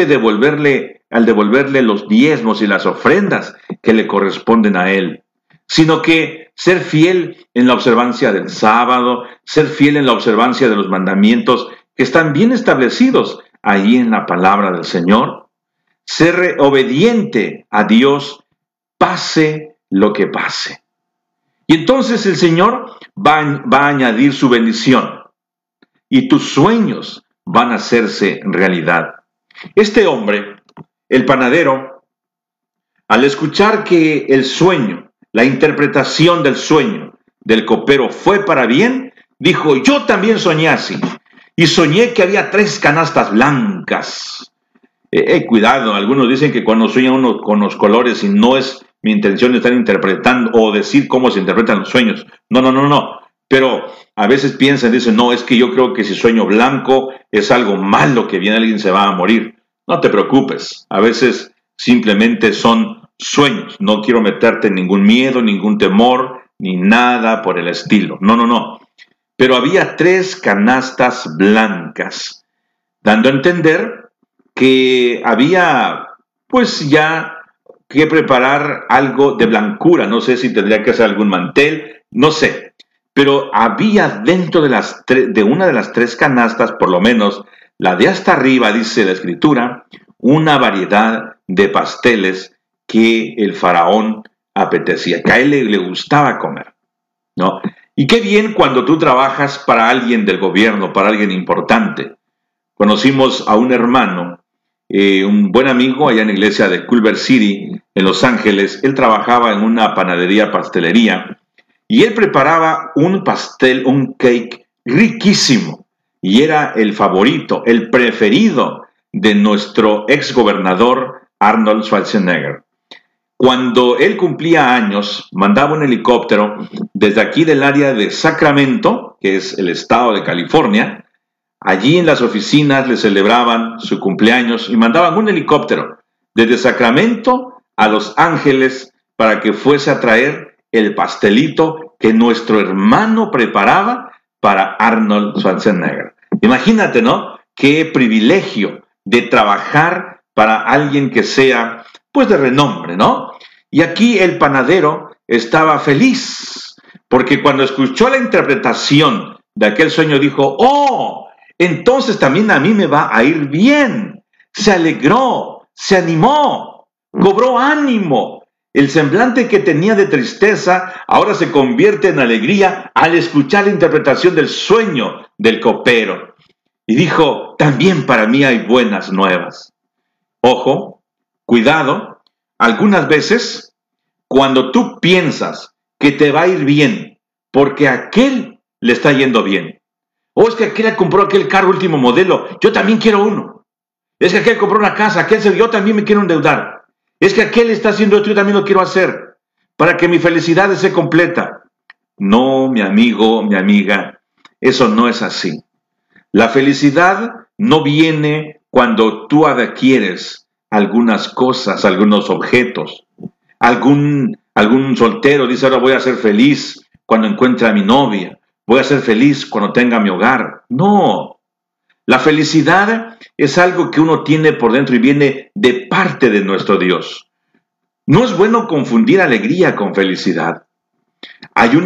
al devolverle los diezmos y las ofrendas que le corresponden a Él, sino que ser fiel en la observancia del sábado, ser fiel en la observancia de los mandamientos que están bien establecidos ahí en la palabra del Señor, ser obediente a Dios, pase lo que pase. Y entonces el Señor va a añadir su bendición y tus sueños van a hacerse realidad. Este hombre, el panadero, al escuchar que el sueño, la interpretación del sueño del copero fue para bien, dijo, yo también soñé así. Y soñé que había 3 canastas blancas. Cuidado, algunos dicen que cuando sueña uno con los colores, y no es mi intención estar interpretando o decir cómo se interpretan los sueños. No. Pero a veces piensan, dicen, no, es que yo creo que si sueño blanco es algo malo, que viene alguien se va a morir. No te preocupes, a veces simplemente son sueños. No quiero meterte en ningún miedo, ningún temor, ni nada por el estilo. No. pero había 3 canastas blancas, dando a entender que había pues ya que preparar algo de blancura. No sé si tendría que hacer algún mantel, no sé, pero había dentro de una de las 3 canastas, por lo menos la de hasta arriba, dice la escritura, una variedad de pasteles que el faraón apetecía, que a él le gustaba comer, ¿no? Y qué bien cuando tú trabajas para alguien del gobierno, para alguien importante. Conocimos a un hermano, un buen amigo allá en la iglesia de Culver City, en Los Ángeles. Él trabajaba en una panadería, pastelería, y él preparaba un pastel, un cake riquísimo, y era el favorito, el preferido de nuestro ex gobernador Arnold Schwarzenegger. Cuando él cumplía años, mandaba un helicóptero desde aquí del área de Sacramento, que es el estado de California. Allí en las oficinas le celebraban su cumpleaños y mandaban un helicóptero desde Sacramento a Los Ángeles para que fuese a traer el pastelito que nuestro hermano preparaba para Arnold Schwarzenegger. Imagínate, ¿no? Qué privilegio de trabajar para alguien que sea, pues, de renombre, ¿no? Y aquí el panadero estaba feliz, porque cuando escuchó la interpretación de aquel sueño dijo, ¡oh! Entonces también a mí me va a ir bien. Se alegró, se animó, cobró ánimo. El semblante que tenía de tristeza ahora se convierte en alegría al escuchar la interpretación del sueño del copero. Y dijo, también para mí hay buenas nuevas. Ojo, cuidado, algunas veces cuando tú piensas que te va a ir bien porque a aquel le está yendo bien, o es que aquel compró aquel carro último modelo, yo también quiero uno. Es que aquel compró una casa, yo también me quiero endeudar. Es que aquel está haciendo esto, yo también lo quiero hacer, para que mi felicidad esté completa. No, mi amigo, mi amiga, eso no es así. La felicidad no viene cuando tú adquieres algunas cosas, algunos objetos. Algún soltero dice, ahora voy a ser feliz cuando encuentre a mi novia. Voy a ser feliz cuando tenga mi hogar. No, la felicidad es algo que uno tiene por dentro y viene de parte de nuestro Dios. No es bueno confundir alegría con felicidad. Hay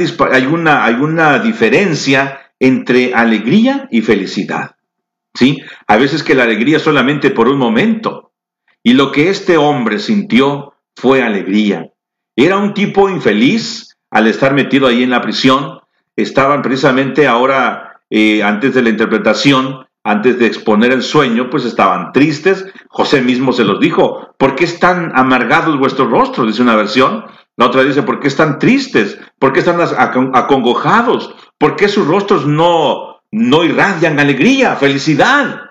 una diferencia entre alegría y felicidad, ¿sí? A veces que la alegría es solamente por un momento. Y lo que este hombre sintió fue alegría. Era un tipo infeliz al estar metido ahí en la prisión. Estaban precisamente ahora, antes de la interpretación, antes de exponer el sueño, pues estaban tristes. José mismo se los dijo, ¿por qué están amargados vuestros rostros? Dice una versión. La otra dice, ¿por qué están tristes? ¿Por qué están acongojados? ¿Por qué sus rostros no irradian alegría, felicidad?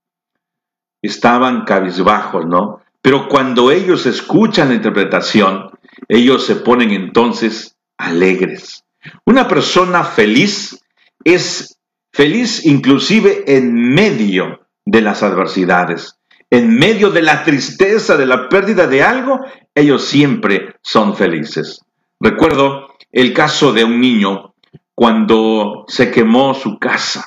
Estaban cabizbajos, ¿no? Pero cuando ellos escuchan la interpretación, ellos se ponen entonces alegres. Una persona feliz es feliz inclusive en medio de las adversidades, en medio de la tristeza, de la pérdida de algo, ellos siempre son felices. Recuerdo el caso de un niño cuando se quemó su casa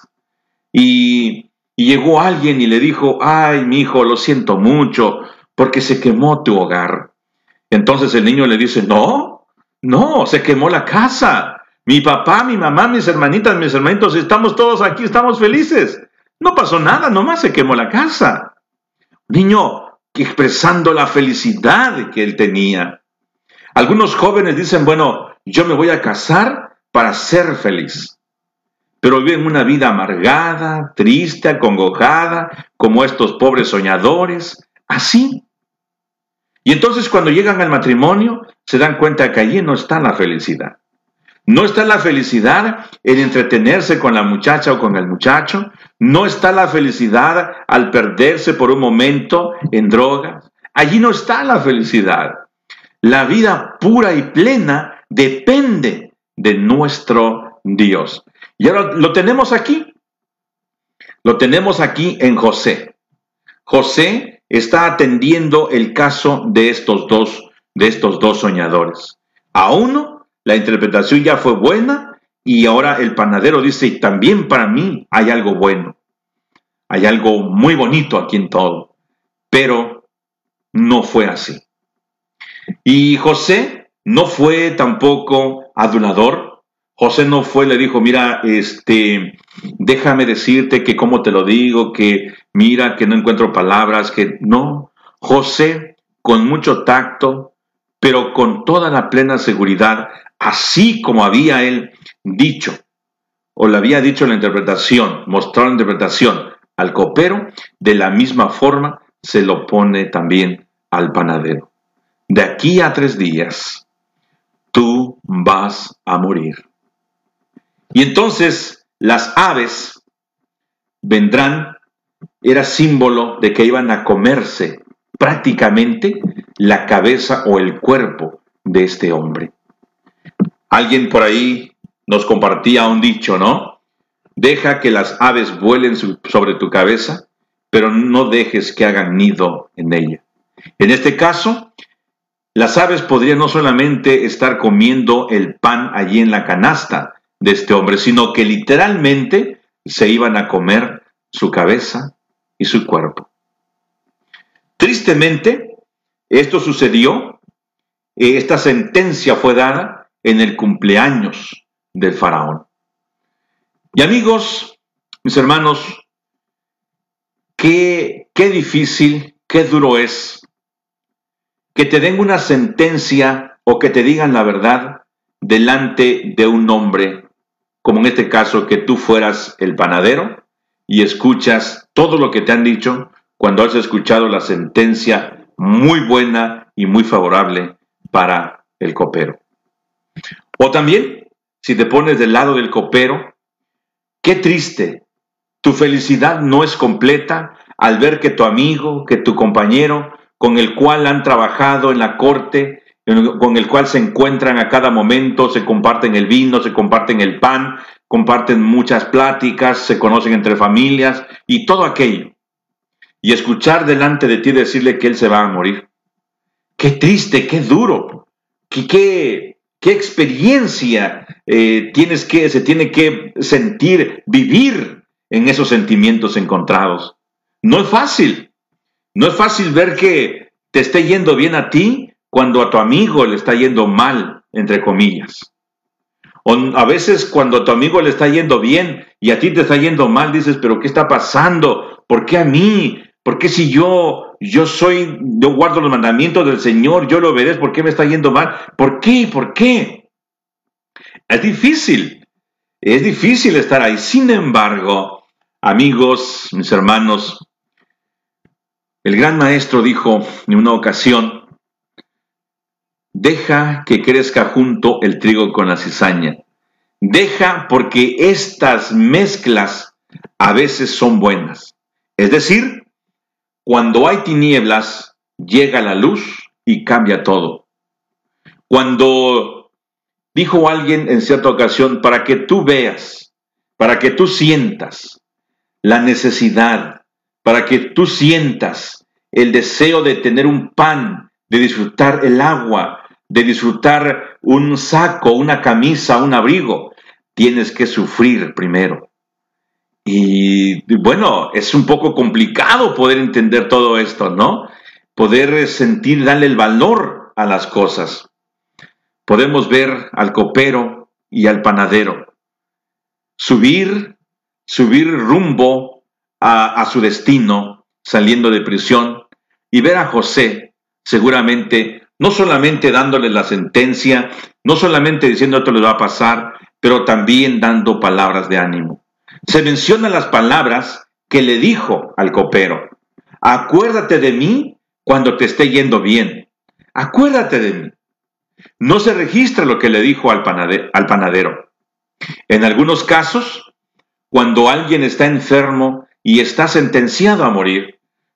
y llegó alguien y le dijo, ay, mi hijo, lo siento mucho porque se quemó tu hogar. Entonces el niño le dice, no, se quemó la casa. Mi papá, mi mamá, mis hermanitas, mis hermanitos, estamos todos aquí, estamos felices. No pasó nada, nomás se quemó la casa. Niño expresando la felicidad que él tenía. Algunos jóvenes dicen, bueno, yo me voy a casar para ser feliz. Pero viven una vida amargada, triste, acongojada, como estos pobres soñadores, así. Y entonces cuando llegan al matrimonio, se dan cuenta que allí no está la felicidad. No está la felicidad en entretenerse con la muchacha o con el muchacho. No está la felicidad al perderse por un momento en drogas. Allí no está la felicidad. La vida pura y plena depende de nuestro Dios. Y ahora lo tenemos aquí. Lo tenemos aquí en José. José está atendiendo el caso de estos dos soñadores. A uno, la interpretación ya fue buena Y ahora el panadero dice, y también para mí hay algo bueno, hay algo muy bonito aquí en todo. Pero no fue así. Y José no fue tampoco adulador. José no fue, le dijo, mira, déjame decirte que cómo te lo digo, que mira, que no encuentro palabras, que no. José, con mucho tacto, pero con toda la plena seguridad, así como había él dicho, o le había dicho en la interpretación, mostrado la interpretación al copero, de la misma forma se lo pone también al panadero. De aquí a 3 días, tú vas a morir. Y entonces las aves vendrán, era símbolo de que iban a comerse prácticamente la cabeza o el cuerpo de este hombre. Alguien por ahí nos compartía un dicho, ¿no? Deja que las aves vuelen sobre tu cabeza, pero no dejes que hagan nido en ella. En este caso, las aves podrían no solamente estar comiendo el pan allí en la canasta de este hombre, sino que literalmente se iban a comer su cabeza y su cuerpo. Tristemente, esto sucedió, esta sentencia fue dada en el cumpleaños del faraón. Y amigos, mis hermanos, qué difícil, qué duro es que te den una sentencia o que te digan la verdad delante de un hombre, como en este caso que tú fueras el panadero y escuchas todo lo que te han dicho cuando has escuchado la sentencia muy buena y muy favorable para el copero. O también, si te pones del lado del copero, qué triste, tu felicidad no es completa al ver que tu amigo, que tu compañero, con el cual han trabajado en la corte, con el cual se encuentran a cada momento, se comparten el vino, se comparten el pan, comparten muchas pláticas, se conocen entre familias y todo aquello. Y escuchar delante de ti decirle que él se va a morir. Qué triste, qué duro, qué experiencia se tiene que sentir, vivir en esos sentimientos encontrados. No es fácil. No es fácil ver que te esté yendo bien a ti cuando a tu amigo le está yendo mal, entre comillas. O a veces cuando a tu amigo le está yendo bien y a ti te está yendo mal, dices, pero ¿qué está pasando? ¿Por qué a mí? ¿Por qué si yo guardo los mandamientos del Señor, yo lo obedezco, ¿por qué me está yendo mal? ¿Por qué? ¿Por qué? Es difícil estar ahí. Sin embargo, amigos, mis hermanos, el gran maestro dijo en una ocasión, deja que crezca junto el trigo con la cizaña. Deja porque estas mezclas a veces son buenas. Es decir, cuando hay tinieblas, llega la luz y cambia todo. Cuando dijo alguien en cierta ocasión, para que tú veas, para que tú sientas la necesidad, para que tú sientas el deseo de tener un pan, de disfrutar el agua, de disfrutar un saco, una camisa, un abrigo, tienes que sufrir primero. Y bueno, es un poco complicado poder entender todo esto, ¿no? Poder sentir, darle el valor a las cosas. Podemos ver al copero y al panadero subir rumbo a su destino, saliendo de prisión, y ver a José seguramente no solamente dándole la sentencia, no solamente diciendo esto le va a pasar, pero también dando palabras de ánimo. Se mencionan las palabras que le dijo al copero. Acuérdate de mí cuando te esté yendo bien. Acuérdate de mí. No se registra lo que le dijo al panadero. En algunos casos, cuando alguien está enfermo y está sentenciado a morir,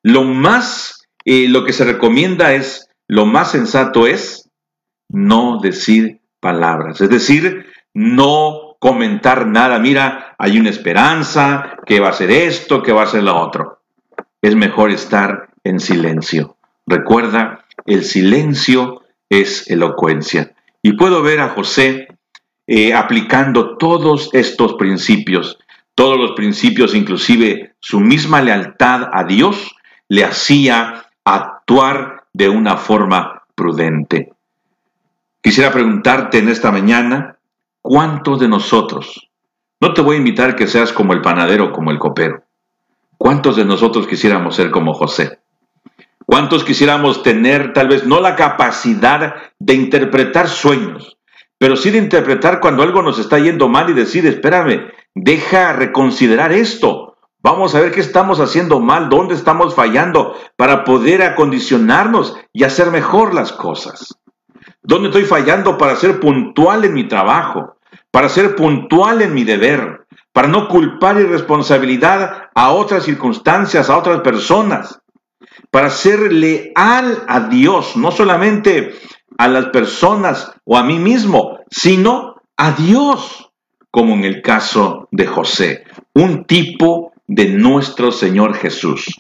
lo que se recomienda es, lo más sensato es no decir palabras. Es decir, no comentar nada. Mira, hay una esperanza, que va a ser esto, que va a ser lo otro. Es mejor estar en silencio. Recuerda, el silencio es elocuencia. Y puedo ver a José aplicando todos estos principios. Todos los principios, inclusive su misma lealtad a Dios, le hacía actuar de una forma prudente. Quisiera preguntarte en esta mañana, ¿cuántos de nosotros? No te voy a invitar que seas como el panadero o como el copero. ¿Cuántos de nosotros quisiéramos ser como José? ¿Cuántos quisiéramos tener tal vez no la capacidad de interpretar sueños, pero sí de interpretar cuando algo nos está yendo mal y decir, espérame, deja reconsiderar esto. Vamos a ver qué estamos haciendo mal, dónde estamos fallando para poder acondicionarnos y hacer mejor las cosas. ¿Dónde estoy fallando para ser puntual en mi trabajo, para ser puntual en mi deber, para no culpar irresponsabilidad a otras circunstancias, a otras personas, para ser leal a Dios, no solamente a las personas o a mí mismo, sino a Dios, como en el caso de José, un tipo de nuestro Señor Jesús,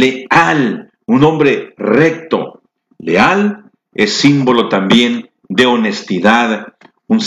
leal, un hombre recto. Leal es símbolo también de honestidad, un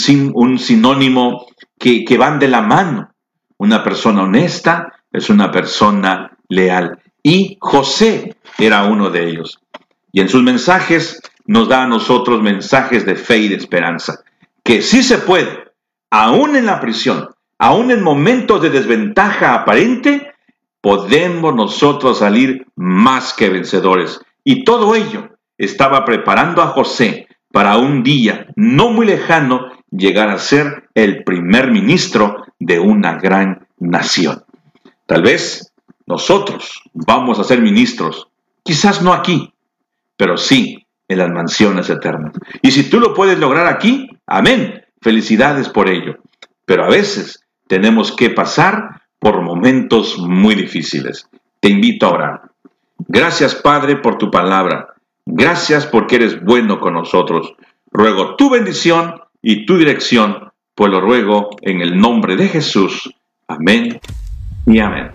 sinónimo que van de la mano. Una persona honesta es una persona leal. Y José era uno de ellos. Y en sus mensajes nos da a nosotros mensajes de fe y de esperanza. Que sí se puede, aún en la prisión, aún en momentos de desventaja aparente, podemos nosotros salir más que vencedores. Y todo ello estaba preparando a José para un día no muy lejano llegar a ser el primer ministro de una gran nación. Tal vez nosotros vamos a ser ministros, quizás no aquí, pero sí en las mansiones eternas. Y si tú lo puedes lograr aquí, amén, felicidades por ello. Pero a veces tenemos que pasar por momentos muy difíciles. Te invito a orar. Gracias, Padre, por tu palabra. Gracias porque eres bueno con nosotros. Ruego tu bendición y tu dirección, pues lo ruego en el nombre de Jesús. Amén y amén.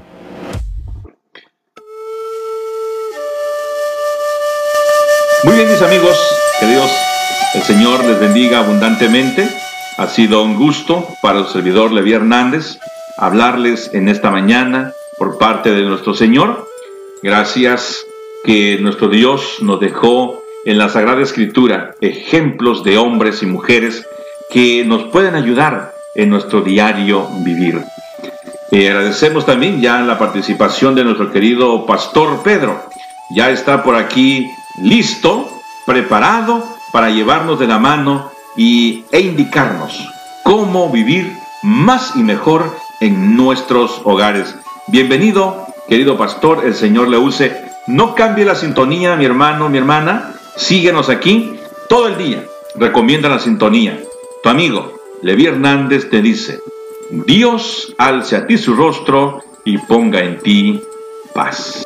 Muy bien, mis amigos, que Dios, el Señor, les bendiga abundantemente. Ha sido un gusto para el servidor Leví Hernández hablarles en esta mañana por parte de nuestro Señor. Gracias que nuestro Dios nos dejó en la Sagrada Escritura ejemplos de hombres y mujeres que nos pueden ayudar en nuestro diario vivir. Agradecemos también ya la participación de nuestro querido Pastor Pedro. Ya está por aquí listo, preparado para llevarnos de la mano e indicarnos cómo vivir más y mejor en nuestros hogares. Bienvenido, querido pastor, el Señor le use. No cambie la sintonía, mi hermano, mi hermana. Síguenos aquí todo el día. Recomienda la sintonía. Tu amigo Leví Hernández te dice: Dios alce a ti su rostro y ponga en ti paz.